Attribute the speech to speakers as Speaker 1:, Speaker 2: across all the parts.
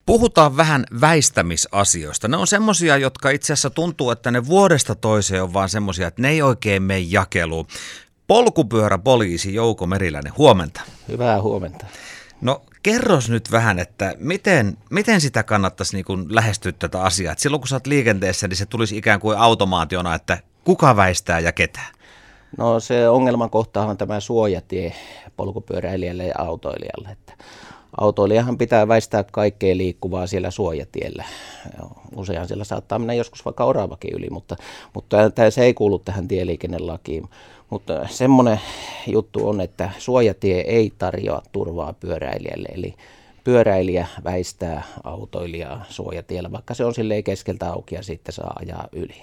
Speaker 1: Puhutaan vähän väistämisasioista. Ne on semmoisia, jotka itse asiassa tuntuu, että ne vuodesta toiseen on vaan semmoisia, että ne ei oikein mene jakeluun. Polkupyöräpoliisi Jouko Meriläinen, huomenta.
Speaker 2: Hyvää huomenta.
Speaker 1: No kerros nyt vähän, että miten sitä kannattaisi niin kuin lähestyä tätä asiaa. Et silloin kun sä oot liikenteessä, niin se tulisi ikään kuin automaationa, että kuka väistää ja ketä?
Speaker 2: No se ongelman kohtahan on tämä suojatie polkupyöräilijälle ja autoilijalle. Että autoilijahan pitää väistää kaikkea liikkuvaa siellä suojatiellä. Usein siellä saattaa mennä joskus vaikka oravakin yli, mutta se ei kuulu tähän tieliikennelakiin. Mutta semmoinen juttu on, että suojatie ei tarjoa turvaa pyöräilijälle, eli pyöräilijä väistää autoilijaa suojatiellä, vaikka se on silleen keskeltä auki ja sitten saa ajaa yli.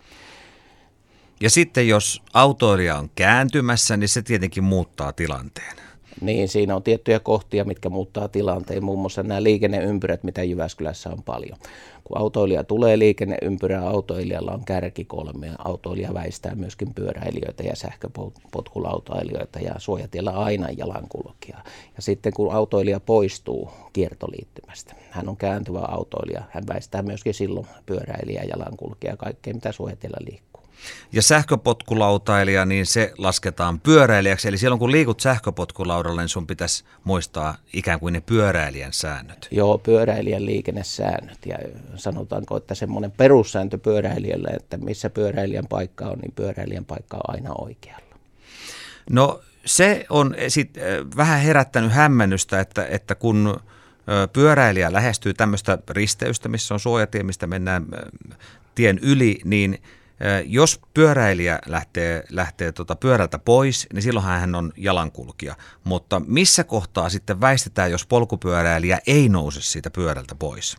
Speaker 1: Ja sitten jos autoilija on kääntymässä, niin se tietenkin muuttaa tilanteen.
Speaker 2: Niin, siinä on tiettyjä kohtia, mitkä muuttaa tilanteen, muun muassa nämä liikenneympyrät, mitä Jyväskylässä on paljon. Kun autoilija tulee liikenneympyrään, autoilijalla on kärkikolme ja autoilija väistää myöskin pyöräilijöitä ja sähköpotkulautailijoita ja suojatiellä aina jalankulkija. Ja sitten kun autoilija poistuu kiertoliittymästä, hän on kääntyvä autoilija, hän väistää myöskin silloin pyöräilijä, jalankulkija ja kaikkea, mitä suojatiellä liikkuu.
Speaker 1: Ja sähköpotkulautailija, niin se lasketaan pyöräilijäksi. Eli silloin kun liikut sähköpotkulaudalla, niin sun pitäisi muistaa ikään kuin ne pyöräilijän säännöt.
Speaker 2: Joo, pyöräilijän liikennesäännöt. Ja sanotaanko, että semmoinen perussääntö pyöräilijälle, että missä pyöräilijän paikka on, niin pyöräilijän paikka on aina oikealla.
Speaker 1: No se on vähän herättänyt hämmennystä, että kun pyöräilijä lähestyy tämmöistä risteystä, missä on suojatie, mistä mennään tien yli, niin jos pyöräilijä lähtee pyörältä pois, niin silloinhan hän on jalankulkija. Mutta missä kohtaa sitten väistetään, jos polkupyöräilijä ei nouse siitä pyörältä pois?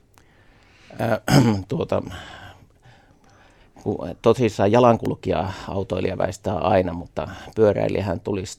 Speaker 2: Tosissaan jalankulkija autoilija väistää aina, mutta pyöräilijähän tulisi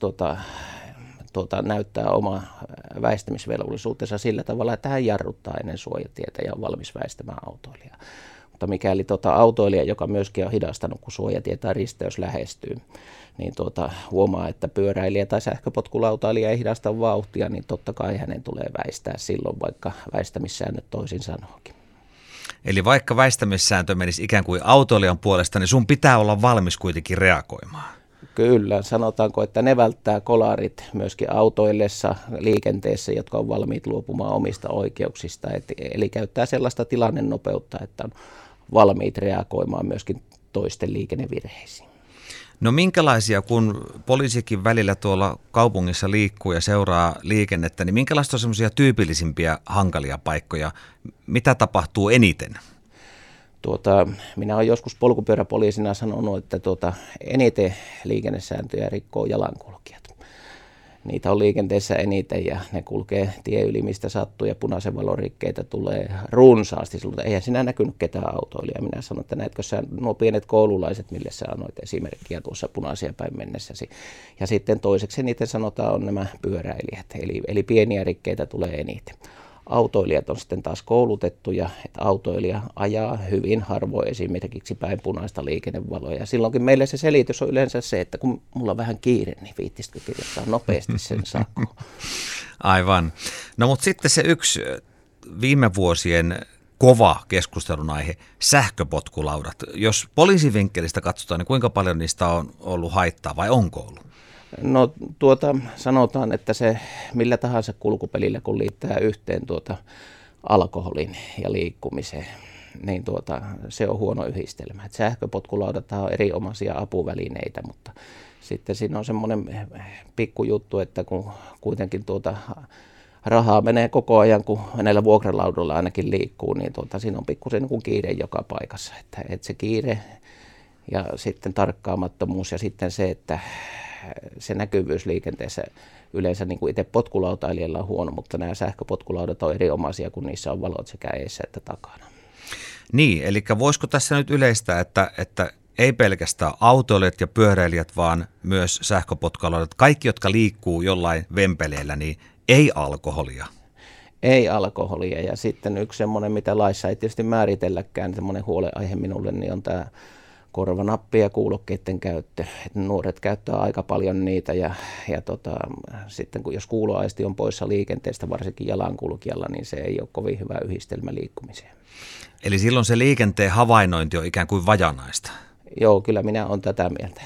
Speaker 2: näyttää oma väistämisvelvollisuutensa sillä tavalla, että hän jarruttaa ennen suojatietä ja on valmis väistämään autoilijaa. Mutta mikäli autoilija, joka myöskin on hidastanut, kun suojatie tai risteys lähestyy, niin huomaa, että pyöräilijä tai sähköpotkulautailija ei hidasta vauhtia, niin totta kai hänen tulee väistää silloin, vaikka väistämissäännöt toisin sanookin.
Speaker 1: Eli vaikka väistämissääntö menisi ikään kuin autoilijan puolesta, niin sun pitää olla valmis kuitenkin reagoimaan.
Speaker 2: Kyllä, sanotaanko, että ne välttää kolarit myöskin autoillessa liikenteessä, jotka on valmiit luopumaan omista oikeuksista. Eli käyttää sellaista tilannenopeutta, että on valmiit reagoimaan myöskin toisten liikennevirheisiin.
Speaker 1: No minkälaisia, kun poliisikin välillä tuolla kaupungissa liikkuu ja seuraa liikennettä, niin minkälaista on semmoisia tyypillisimpiä hankalia paikkoja? Mitä tapahtuu eniten?
Speaker 2: Minä olen joskus polkupyöräpoliisina sanonut, että eniten liikennesääntöjä rikkoo jalankulkijat. Niitä on liikenteessä eniten ja ne kulkee tie yli, mistä sattuu ja punaisen valon rikkeitä tulee runsaasti. Eihän sinä näkynyt ketään autoilijaa. Minä sanon, että näetkö sä nuo pienet koululaiset, mille sä annoit esimerkkiä tuossa punaisia päin mennessäsi. Ja sitten toiseksi eniten sanotaan on nämä pyöräilijät, eli pieniä rikkeitä tulee eniten. Autoilijat on sitten taas koulutettuja, että autoilija ajaa hyvin harvoin esimerkiksi päin punaista liikennevaloa. Ja silloinkin meille se selitys on yleensä se, että kun mulla on vähän kiire, niin viittisitkö kirjoittaa nopeasti sen sakkoon.
Speaker 1: Aivan. No mutta sitten se yksi viime vuosien kova keskustelun aihe, sähköpotkulaudat. Jos poliisivinkkelistä katsotaan, niin kuinka paljon niistä on ollut haittaa vai onko ollut?
Speaker 2: No sanotaan, että se millä tahansa kulkupelillä, kun liittää yhteen alkoholin ja liikkumiseen, niin se on huono yhdistelmä. Et sähköpotkulaudat on erinomaisia apuvälineitä, mutta sitten siinä on semmoinen pikkujuttu, että kun kuitenkin rahaa menee koko ajan, kun näillä vuokralaudoilla ainakin liikkuu, niin siinä on pikkusen niin kuin kiire joka paikassa. Että se kiire ja sitten tarkkaamattomuus ja sitten se, että se näkyvyys liikenteessä yleensä niin kuin itse potkulautailijalla on huono, mutta nämä sähköpotkulaudat on erinomaisia, kun niissä on valot sekä edessä että takana.
Speaker 1: Niin, eli voisiko tässä nyt yleistää, että ei pelkästään autoilijat ja pyöräilijät, vaan myös sähköpotkulaudat, kaikki, jotka liikkuu jollain vempeleillä, niin ei alkoholia?
Speaker 2: Ei alkoholia. Ja sitten yksi semmoinen, mitä laissa ei tietysti määritelläkään, semmoinen huolenaihe minulle, niin on tämä korvanappi ja kuulokkeiden käyttö. Et nuoret käyttää aika paljon niitä ja sitten jos kuuloaisti on poissa liikenteestä, varsinkin jalankulkijalla, niin se ei ole kovin hyvä yhdistelmä liikkumiseen.
Speaker 1: Eli silloin se liikenteen havainnointi on ikään kuin vajanaista.
Speaker 2: Joo, kyllä minä olen tätä mieltä.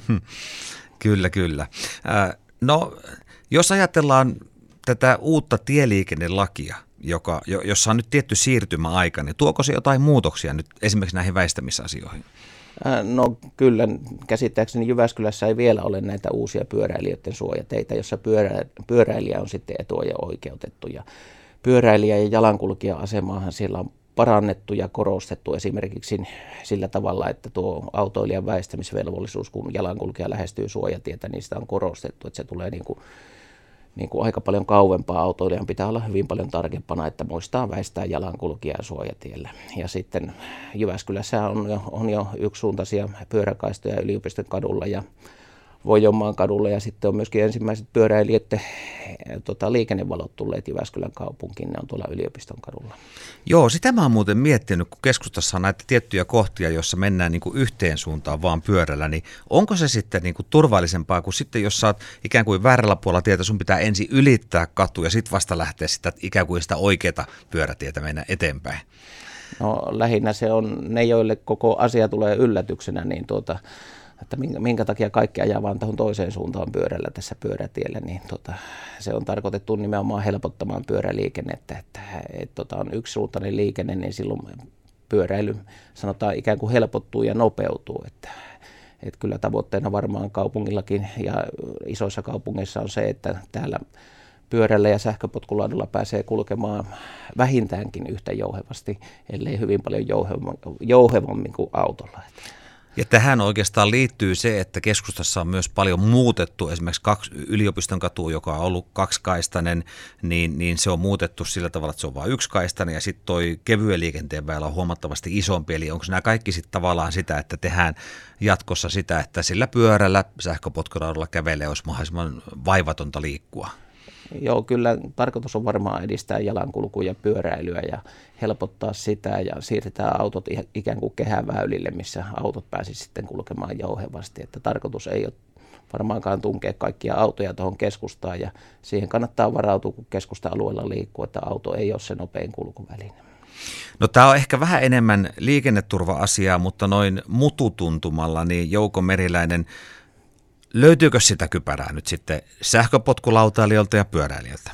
Speaker 1: Kyllä. No, jos ajatellaan tätä uutta tieliikennelakia, jossa on nyt tietty siirtymäaika, niin tuoko se jotain muutoksia nyt esimerkiksi näihin väistämisasioihin?
Speaker 2: No kyllä, käsittääkseni Jyväskylässä ei vielä ole näitä uusia pyöräilijöiden suojateitä, jossa pyöräilijä on sitten etuoikeutettu. Ja pyöräilijä- ja jalankulkija-asemaahan siellä on parannettu ja korostettu esimerkiksi sillä tavalla, että tuo autoilijan väistämisvelvollisuus, kun jalankulkija lähestyy suojatietä, niin sitä on korostettu, että se tulee niin kuin aika paljon kauempaa. Autoilijan pitää olla hyvin paljon tarkempana, että muistaa väistää jalankulkijaa suojatiellä. Ja sitten Jyväskylässä on jo yksisuuntaisia pyöräkaistoja Yliopiston kadulla ja Voijonmaan kadulla, ja sitten on myöskin ensimmäiset pyöräilijöiden liikennevalot tulleet Jyväskylän kaupunkiin, ne on tuolla Yliopiston kadulla.
Speaker 1: Joo, sitä mä oon muuten miettinyt, kun keskustassa on näitä tiettyjä kohtia, joissa mennään niin kuin yhteen suuntaan vaan pyörällä, niin onko se sitten niin kuin turvallisempaa kuin sitten, jos sä oot ikään kuin väärällä puolella tietä, sun pitää ensin ylittää katu ja sitten vasta lähteä sitä ikään kuin sitä oikeaa pyörätietä mennä eteenpäin? No
Speaker 2: lähinnä se on ne, joille koko asia tulee yllätyksenä, niin että minkä takia kaikki ajaa vaan tuohon toiseen suuntaan pyörällä tässä pyörätiellä, niin se on tarkoitettu nimenomaan helpottamaan pyöräliikennettä, että on yksisuuntainen liikenne, niin silloin pyöräily sanotaan ikään kuin helpottuu ja nopeutuu, että kyllä tavoitteena varmaan kaupungillakin ja isoissa kaupungeissa on se, että täällä pyörällä ja sähköpotkulaudolla pääsee kulkemaan vähintäänkin yhtä jouhevasti, ellei hyvin paljon jouhevammin kuin autolla.
Speaker 1: Ja tähän oikeastaan liittyy se, että keskustassa on myös paljon muutettu, esimerkiksi Yliopiston katu, joka on ollut kaksikaistainen, niin se on muutettu sillä tavalla, että se on vain yksikaistainen, ja sitten toi kevyen liikenteen väylä on huomattavasti isompi, eli onko nämä kaikki sitten tavallaan sitä, että tehdään jatkossa sitä, että sillä pyörällä, sähköpotkulaudolla kävelee olisi mahdollisimman vaivatonta liikkua?
Speaker 2: Joo, kyllä tarkoitus on varmaan edistää jalankulkua ja pyöräilyä ja helpottaa sitä ja siirretään autot ikään kuin kehäväylille, missä autot pääsisivät sitten kulkemaan jouhevasti. Että tarkoitus ei ole varmaankaan tunkea kaikkia autoja tuohon keskustaan ja siihen kannattaa varautua, kun keskusta-alueella liikkuu, että auto ei ole se nopein kulkuväline.
Speaker 1: No tämä on ehkä vähän enemmän liikenneturva-asiaa, mutta noin mututuntumalla, niin Jouko Meriläinen, löytyykö sitä kypärää nyt sitten sähköpotkulautailijoilta ja pyöräilijöiltä?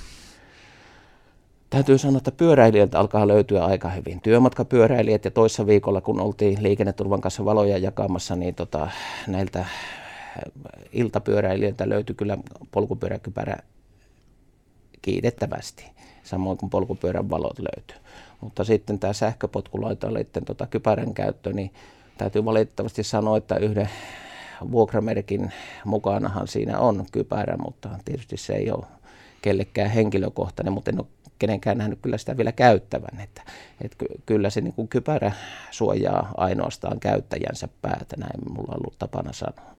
Speaker 2: Täytyy sanoa, että pyöräilijöiltä alkaa löytyä aika hyvin. Työmatkapyöräilijät ja toissa viikolla, kun oltiin liikenneturvan kanssa valoja jakamassa, niin näiltä iltapyöräilijöiltä löytyi kyllä polkupyöräkypärä kiitettävästi, samoin kuin polkupyörän valot löytyi. Mutta sitten tämä sähköpotkulautailijoiden kypärän käyttö, niin täytyy valitettavasti sanoa, että yhden vuokramerkin mukanahan siinä on kypärä, mutta tietysti se ei ole kellekään henkilökohtainen, mutta en ole kenenkään nähnyt kyllä sitä vielä käyttävän. Että kyllä se niin kuin kypärä suojaa ainoastaan käyttäjänsä päätä, näin mulla on ollut tapana sanoa.